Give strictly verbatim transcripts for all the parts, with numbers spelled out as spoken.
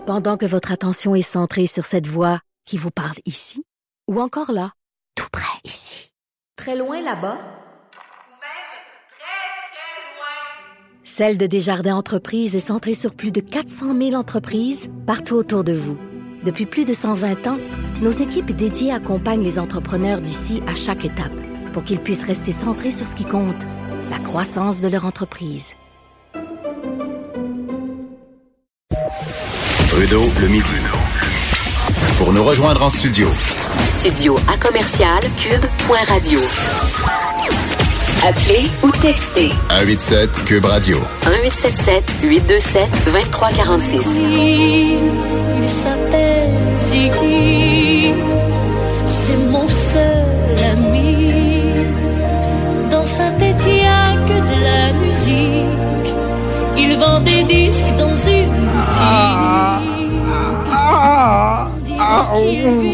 Pendant que votre attention est centrée sur cette voix qui vous parle ici, ou encore là, tout près ici, très loin là-bas, ou même très, très loin, Celle de Desjardins Entreprises est centrée sur plus de quatre cent mille entreprises partout autour de vous. Depuis plus de cent vingt ans, nos équipes dédiées accompagnent les entrepreneurs d'ici à chaque étape pour qu'ils puissent rester centrés sur ce qui compte, la croissance de leur entreprise. Trudeau, le midi. Pour nous rejoindre en studio. Studio à commercial cube point radio. Appelez ou textez. un huit sept Cube Radio. un huit sept sept huit deux sept deux trois quatre six. Il s'appelle Ziggy. C'est mon seul ami. Dans sa tête, il n'y a que de la musique. Il vend des disques dans une boutique. Ah, ah, ah, oh.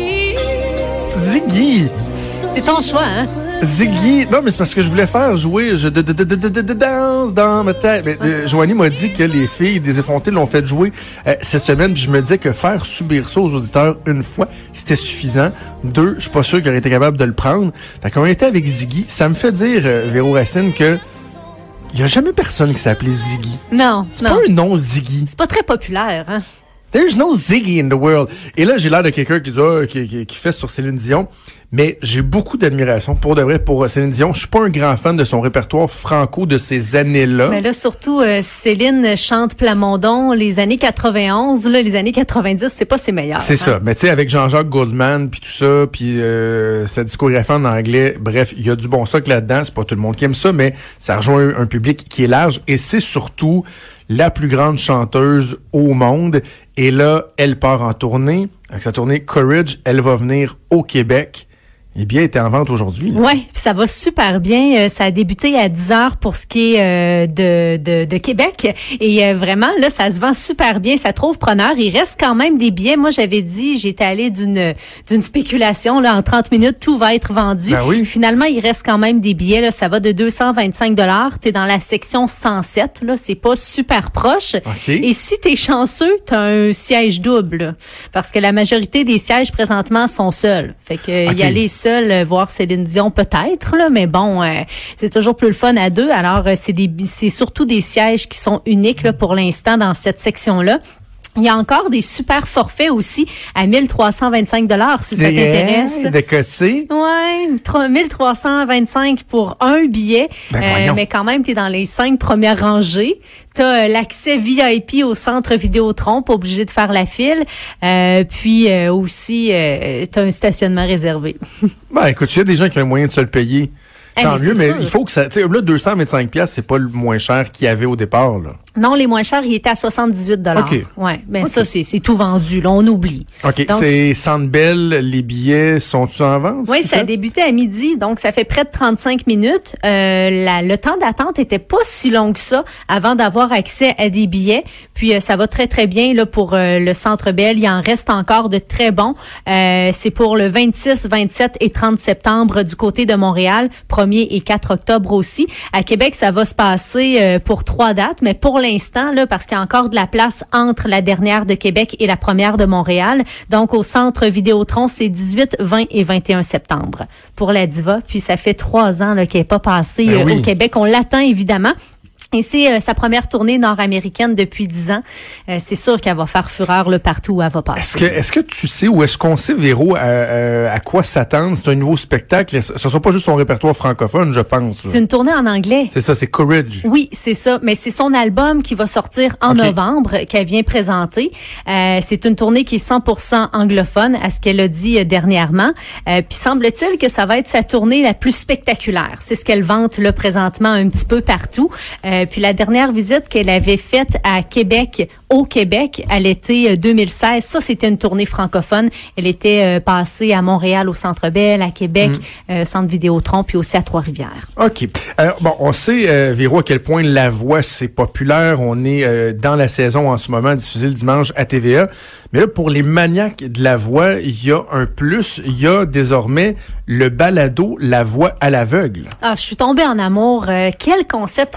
Ziggy. C'est ton choix, hein? Ziggy. Non, mais c'est parce que je voulais faire jouer je de, de, de, de, de, de danse dans ma tête. Mais euh, Joanie m'a dit que les filles des effrontés l'ont fait jouer euh, cette semaine. Puis je me disais que faire subir ça aux auditeurs une fois, c'était suffisant. Deux, je suis pas sûr qu'ils auraient été capables de le prendre. Fait qu'on était avec Ziggy. Ça me fait dire, euh, Véro Racine, que il y a jamais personne qui s'appelait Ziggy. Non, c'est non. pas un nom Ziggy. C'est pas très populaire, hein? There's no Ziggy in the world. Et là, j'ai l'air de quelqu'un qui dit, oh, qui, qui, qui fait sur Céline Dion. Mais j'ai beaucoup d'admiration pour de vrai pour Céline Dion. Je suis pas un grand fan de son répertoire franco de ces années-là. Mais là, surtout, euh, Céline chante Plamondon, les années quatre-vingt-onze, là, les années quatre-vingt-dix, c'est pas ses meilleurs. C'est hein? ça. Mais tu sais, avec Jean-Jacques Goldman, puis tout ça, puis euh, sa discographie en anglais, bref, il y a du bon socle là-dedans. C'est pas tout le monde qui aime ça, mais ça rejoint un, un public qui est large. Et c'est surtout la plus grande chanteuse au monde. Et là, elle part en tournée. Avec sa tournée Courage, elle va venir au Québec. Les billets étaient en vente aujourd'hui. Oui, puis ça va super bien. Euh, ça a débuté à dix heures pour ce qui est euh, de, de, de Québec. Et euh, vraiment, là, ça se vend super bien. Ça trouve preneur. Il reste quand même des billets. Moi, j'avais dit, j'étais allée d'une d'une spéculation. Là, en trente minutes, tout va être vendu. Ben oui. Finalement, il reste quand même des billets. Là, ça va de deux cent vingt-cinq dollars. T'es dans la section cent sept. Là, c'est pas super proche. Okay. Et si t'es chanceux, t'as un siège double. Là, parce que la majorité des sièges présentement sont seuls. Fait que okay. y aller seul, voir Céline Dion peut-être, là, mais bon, euh, c'est toujours plus le fun à deux. Alors, euh, c'est des, c'est surtout des sièges qui sont uniques là, pour l'instant dans cette section-là. Il y a encore des super forfaits aussi à mille trois cent vingt-cinq dollars si ça t'intéresse. De Cossé. Ouais, mille trois cent vingt-cinq pour un billet. Ben, euh, mais quand même, t'es dans les cinq premières rangées. T'as euh, l'accès V I P au centre Vidéotron, pas obligé de faire la file. Euh, puis euh, aussi, euh, t'as un stationnement réservé. Ben, écoute, il y a des gens qui ont les moyens de se le payer. Tant ah, mais mieux, mais sûr. il faut que ça... Tu sais, là, deux cent vingt-cinq dollars, c'est pas le moins cher qu'il y avait au départ, là. Non, les moins chers, ils étaient à soixante-dix-huit dollars. OK. Ouais, ben okay. ça, c'est, c'est tout vendu, là, on oublie. OK, donc, c'est Centre Bell, les billets sont-ils en vente? Oui, ça a débuté à midi, donc ça fait près de trente-cinq minutes. Euh, la, le temps d'attente était pas si long que ça avant d'avoir accès à des billets. Puis euh, ça va très, très bien là pour euh, le Centre Bell. Il en reste encore de très bons. Euh, c'est pour le vingt-six, vingt-sept et trente septembre du côté de Montréal, premier et quatre octobre aussi. À Québec, ça va se passer euh, pour trois dates, mais pour l'instant, là, parce qu'il y a encore de la place entre la dernière de Québec et la première de Montréal. Donc, au Centre Vidéotron, c'est dix-huit, vingt et vingt et un septembre pour la diva. Puis, ça fait trois ans là, qu'elle n'est pas passée ben euh, oui. au Québec. On l'attend, évidemment. Et c'est euh, sa première tournée nord-américaine depuis dix ans. Euh, c'est sûr qu'elle va faire fureur là, partout où elle va passer. Est-ce que, est-ce que tu sais ou est-ce qu'on sait, Véro, à, à, à quoi s'attendre? C'est un nouveau spectacle. Ce ne sera pas juste son répertoire francophone, je pense. Là. C'est une tournée en anglais. C'est ça, c'est Courage. Oui, c'est ça. Mais c'est son album qui va sortir en okay. novembre qu'elle vient présenter. Euh, c'est une tournée qui est cent pour cent anglophone, à ce qu'elle a dit euh, dernièrement. Euh, Puis semble-t-il que ça va être sa tournée la plus spectaculaire. C'est ce qu'elle vante là présentement un petit peu partout. Euh, Puis la dernière visite qu'elle avait faite à Québec, au Québec, à l'été deux mille seize, ça c'était une tournée francophone. Elle était euh, passée à Montréal au Centre Bell, à Québec, mm. euh, Centre Vidéotron, puis aussi à Trois-Rivières. OK. Alors, bon, on sait, euh, Véro, à quel point La Voix, c'est populaire. On est euh, dans la saison en ce moment, diffusée le dimanche à T V A. Mais là, pour les maniaques de La Voix, il y a un plus. Il y a désormais le balado La Voix à l'aveugle. Ah, je suis tombée en amour. Euh, quel concept ah incroyable. Oui?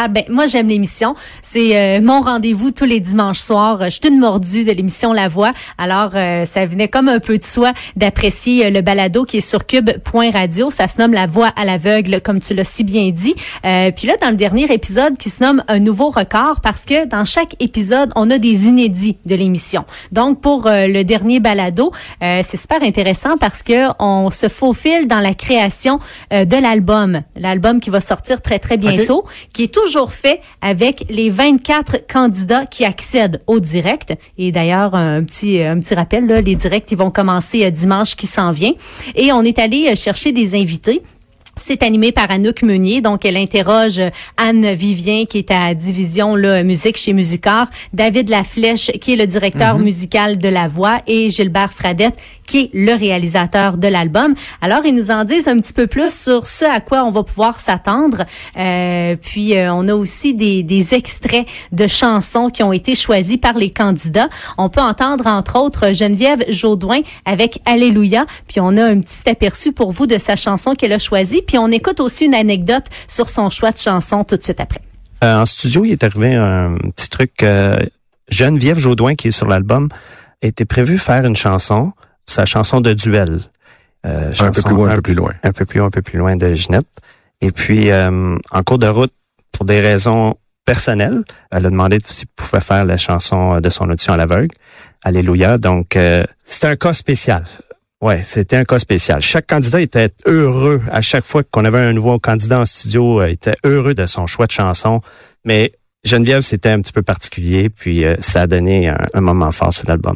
formidable. Ben, moi, j'aime l'émission. C'est euh, mon rendez-vous tous les dimanches soirs. Je suis une mordue de l'émission La Voix. Alors, euh, ça venait comme un peu de soi d'apprécier euh, le balado qui est sur cube point radio. Ça se nomme La Voix à l'aveugle, comme tu l'as si bien dit. Euh, puis là, dans le dernier épisode qui se nomme Un nouveau record, parce que dans chaque épisode, on a des inédits de l'émission. Donc, pour euh, le dernier balado, euh, c'est super intéressant parce que on se faufile dans la création euh, de l'album. L'album qui va sortir très, très bientôt, okay. qui est toujours fait avec les vingt-quatre candidats qui accèdent au direct. Et d'ailleurs, un petit un petit rappel, là, les directs, ils vont commencer euh, dimanche qui s'en vient. Et on est allé euh, chercher des invités. C'est animé par Anouk Meunier, donc elle interroge Anne Vivien qui est à division là, musique chez Musicor, David Laflèche qui est le directeur mm-hmm. musical de La Voix et Gilbert Fradette qui est le réalisateur de l'album. Alors ils nous en disent un petit peu plus sur ce à quoi on va pouvoir s'attendre. Euh, puis euh, on a aussi des, des extraits de chansons qui ont été choisis par les candidats. On peut entendre entre autres Geneviève Jaudoin avec Alléluia. Puis on a un petit aperçu pour vous de sa chanson qu'elle a choisie. Puis on écoute aussi une anecdote sur son choix de chanson tout de suite après. Euh, en studio, il est arrivé un petit truc. Euh, Geneviève Jaudoin, qui est sur l'album, était prévu faire une chanson, sa chanson de duel. Euh, chanson, un peu plus loin, un, un peu plus loin. Un peu plus loin, un peu plus loin de Ginette. Et puis, euh, en cours de route, pour des raisons personnelles, elle a demandé s'il pouvait faire la chanson de son audition à l'aveugle, Alléluia. Donc, euh, c'était un cas spécial. Ouais, c'était un cas spécial. Chaque candidat était heureux. À chaque fois qu'on avait un nouveau candidat en studio, euh, était heureux de son choix de chanson. Mais Geneviève, c'était un petit peu particulier, puis euh, ça a donné un, un moment fort sur l'album.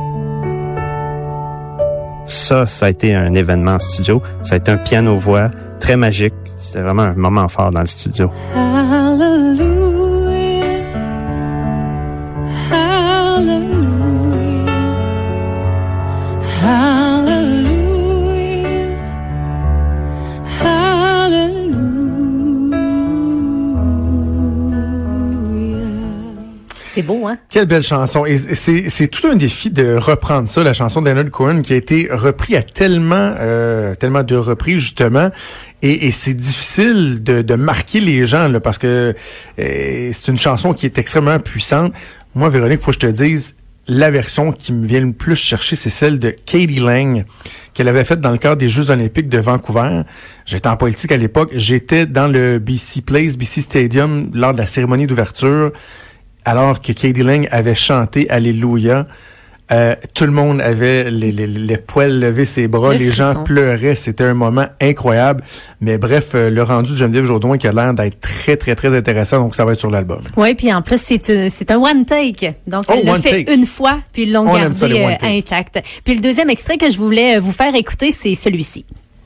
Ça, ça a été un événement en studio. Ça a été un piano-voix très magique. C'était vraiment un moment fort dans le studio. Hallelujah. Hallelujah. Hallelujah. C'est beau, hein? Quelle belle chanson. Et c'est, c'est tout un défi de reprendre ça, la chanson d'Leonard Cohen, qui a été repris à tellement, euh, tellement de reprises, justement. Et, et c'est difficile de, de marquer les gens, là, parce que euh, c'est une chanson qui est extrêmement puissante. Moi, Véronique, faut que je te dise, la version qui me vient le plus chercher, c'est celle de Katie Lang, qu'elle avait faite dans le cadre des Jeux olympiques de Vancouver. J'étais en politique à l'époque. J'étais dans le B C Place, B C Stadium, lors de la cérémonie d'ouverture, alors que Katie Lang avait chanté Alléluia. Euh, tout le monde avait les, les, les poils levés, ses bras, le les frisson. Gens pleuraient. C'était un moment incroyable. Mais bref, euh, le rendu de Geneviève Jaudoin qui a l'air d'être très, très, très intéressant. Donc, ça va être sur l'album. Oui, puis en plus, c'est, euh, c'est un one take. Donc, oh, elle l'a fait take. Une fois, puis ils l'ont On gardé ça, euh, intact. Puis le deuxième extrait que je voulais vous faire écouter, c'est celui-ci.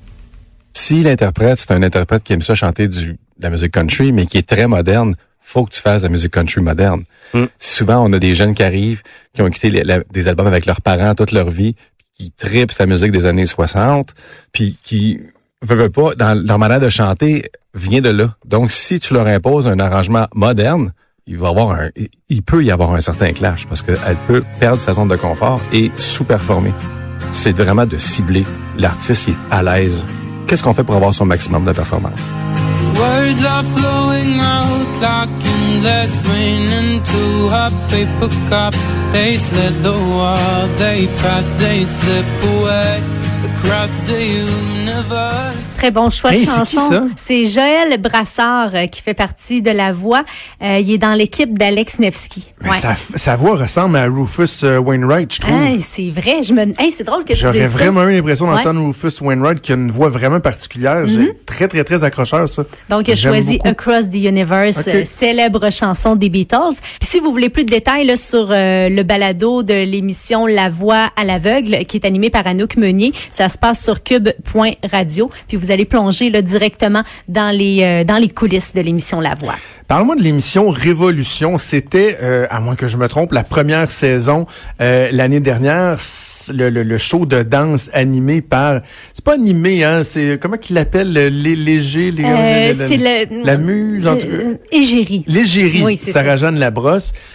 Si l'interprète, c'est un interprète qui aime ça chanter du, de la musique country, mais qui est très moderne, faut que tu fasses de la musique country moderne. Mm. Souvent, on a des jeunes qui arrivent, qui ont écouté les, la, des albums avec leurs parents toute leur vie, qui trippent sa musique des années soixante, puis qui veulent, veulent pas, dans leur manière de chanter, vient de là. Donc, si tu leur imposes un arrangement moderne, il va avoir un, il peut y avoir un certain clash, parce qu'elle peut perdre sa zone de confort et sous-performer. C'est vraiment de cibler. L'artiste est à l'aise. Qu'est-ce qu'on fait pour avoir son maximum de performance? Words are flowing out like endless rain into a paper cup. They slid the wall, they pass, they slip away across the universe. Très bon choix de hey, chanson. C'est, c'est Joël Brassard euh, qui fait partie de La Voix. Euh, il est dans l'équipe d'Alex Nevsky. Ouais. Sa, sa voix ressemble à Rufus euh, Wainwright, je trouve. Hey, c'est vrai. Je me, hey, c'est drôle que tu J'aurais dises ça. J'aurais vraiment eu l'impression d'entendre ouais. Rufus Wainwright qui a une voix vraiment particulière. Mm-hmm. J'ai très, très, très accrocheur, ça. Donc, il a choisi beaucoup. Across the Universe, okay. euh, célèbre chanson des Beatles. Puis si vous voulez plus de détails là, sur euh, le balado de l'émission La Voix à l'aveugle, qui est animé par Anouk Meunier, ça se passe sur cube point radio. Puis vous allez plonger là, directement dans les euh, dans les coulisses de l'émission La Voix. Parle-moi de l'émission Révolution. C'était, euh, à moins que je me trompe, la première saison euh, l'année dernière, le, le, le show de danse animé par... C'est pas animé, hein? C'est comment qu'il l'appelle? Les légers... Les, euh, le, c'est le, le... La muse... Euh, Égérie. L'Égérie. Oui, c'est Sarah-Jeanne Labrosse,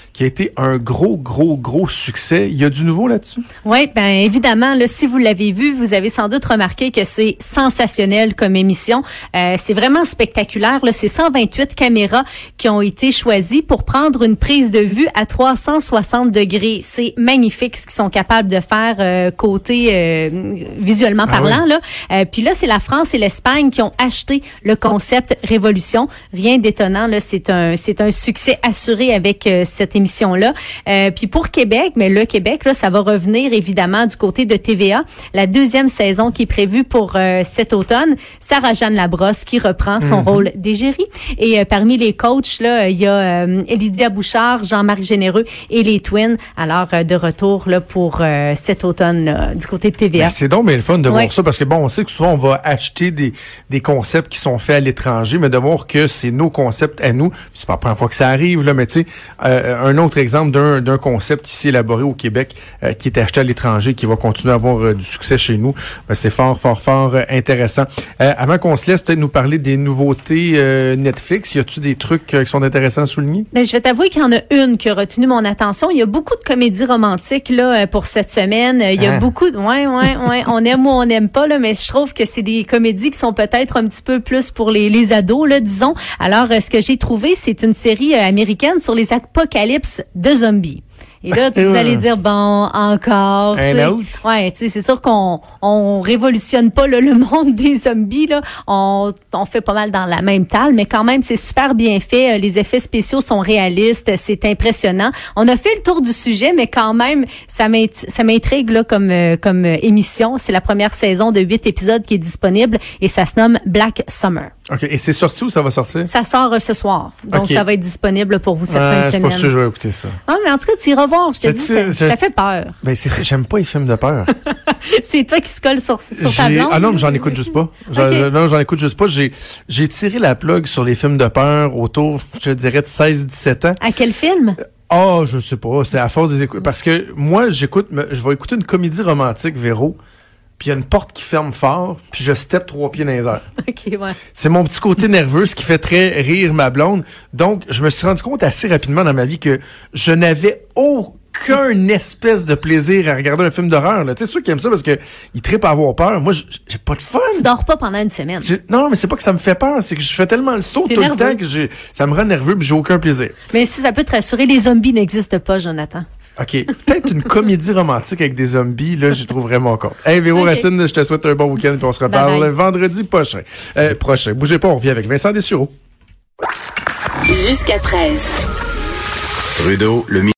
qui a été un gros, gros, gros succès. Il y a du nouveau là-dessus? Oui, ben évidemment, là, si vous l'avez vu, vous avez sans doute remarqué que c'est sensationnel comme émission. Euh, c'est vraiment spectaculaire. Là, c'est cent vingt-huit caméras qui ont été choisies pour prendre une prise de vue à trois cent soixante degrés. C'est magnifique ce qu'ils sont capables de faire euh, côté euh, visuellement ah parlant. Oui. Là, euh, puis là, c'est la France et l'Espagne qui ont acheté le concept Révolution. Rien d'étonnant. Là, c'est un c'est un succès assuré avec euh, cette émission-là. Euh, puis pour Québec, mais le Québec, là, ça va revenir évidemment du côté de T V A. La deuxième saison qui est prévue pour euh, cet automne, Sarah-Jeanne Labrosse qui reprend son mm-hmm. rôle d'égérie. Et euh, parmi les coachs, là, il y a euh, Lydia Bouchard, Jean-Marc Généreux et les Twins. Alors, euh, de retour là pour euh, cet automne là, du côté de T V A. Mais c'est donc bien le fun de ouais. voir ça parce que bon, on sait que souvent on va acheter des des concepts qui sont faits à l'étranger, mais de voir que c'est nos concepts à nous, c'est pas la première fois que ça arrive là, mais tu sais, euh, un autre exemple d'un d'un concept ici élaboré au Québec euh, qui est acheté à l'étranger, qui va continuer à avoir euh, du succès chez nous, ben, c'est fort, fort, fort euh, intéressant. Euh, avant qu'on se laisse, peut-être nous parler des nouveautés euh, Netflix. Y a-tu des trucs euh, qui sont intéressants à souligner? Ben, je vais t'avouer qu'il y en a une qui a retenu mon attention. Il y a beaucoup de comédies romantiques là pour cette semaine. Il y a hein? beaucoup de, ouais, ouais, ouais, on aime ou on n'aime pas là, mais je trouve que c'est des comédies qui sont peut-être un petit peu plus pour les les ados là, disons. Alors, euh, ce que j'ai trouvé, c'est une série euh, américaine sur les apocalypses de zombies. Et là, tu, vous allez dire, bon, encore. Un autre? Ouais, tu sais, c'est sûr qu'on on révolutionne pas là, le monde des zombies. Là. On, on fait pas mal dans la même talle, mais quand même, c'est super bien fait. Les effets spéciaux sont réalistes, c'est impressionnant. On a fait le tour du sujet, mais quand même, ça m'intrigue là comme euh, comme émission. C'est la première saison de huit épisodes qui est disponible et ça se nomme Black Summer. OK. Et c'est sorti ou ça va sortir? Ça sort euh, ce soir. Donc, okay. ça va être disponible pour vous cette ah, fin de semaine. Je suis pas sûr que je vais écouter ça. Ah, mais en tout cas, tu iras voir. Je te mais dis, ça, ça fait peur. Ben, c'est, j'aime pas les films de peur. C'est toi qui se colle sur, sur ta blonde? Ah non, mais j'en écoute juste pas. J'en, okay. Non, j'en écoute juste pas. J'ai, j'ai tiré la plug sur les films de peur autour, je dirais, de seize dix-sept ans. À quel film? Ah, oh, je sais pas. C'est à force des écoutes. Parce que moi, j'écoute, je vais écouter une comédie romantique, Véro. Puis il y a une porte qui ferme fort, puis je step trois pieds dans les airs. OK, ouais. C'est mon petit côté nerveux, ce qui fait très rire ma blonde. Donc, je me suis rendu compte assez rapidement dans ma vie que je n'avais aucun espèce de plaisir à regarder un film d'horreur. Tu sais, ceux qui aiment ça parce que ils trippent à avoir peur. Moi, j'ai pas de fun. Tu dors pas pendant une semaine. J'ai, non, mais c'est pas que ça me fait peur, c'est que je fais tellement le saut T'es tout nerveux. le temps que j'ai, ça me rend nerveux puis j'ai aucun plaisir. Mais si ça peut te rassurer, les zombies n'existent pas, Jonathan. OK. Peut-être une comédie romantique avec des zombies, là, j'y trouve vraiment compte. Hey, Véro okay. Racine, je te souhaite un bon week-end puis on se reparle bye bye. vendredi prochain. Euh, prochain. Bougez pas, on revient avec Vincent Dessureau. Jusqu'à treize. Trudeau, le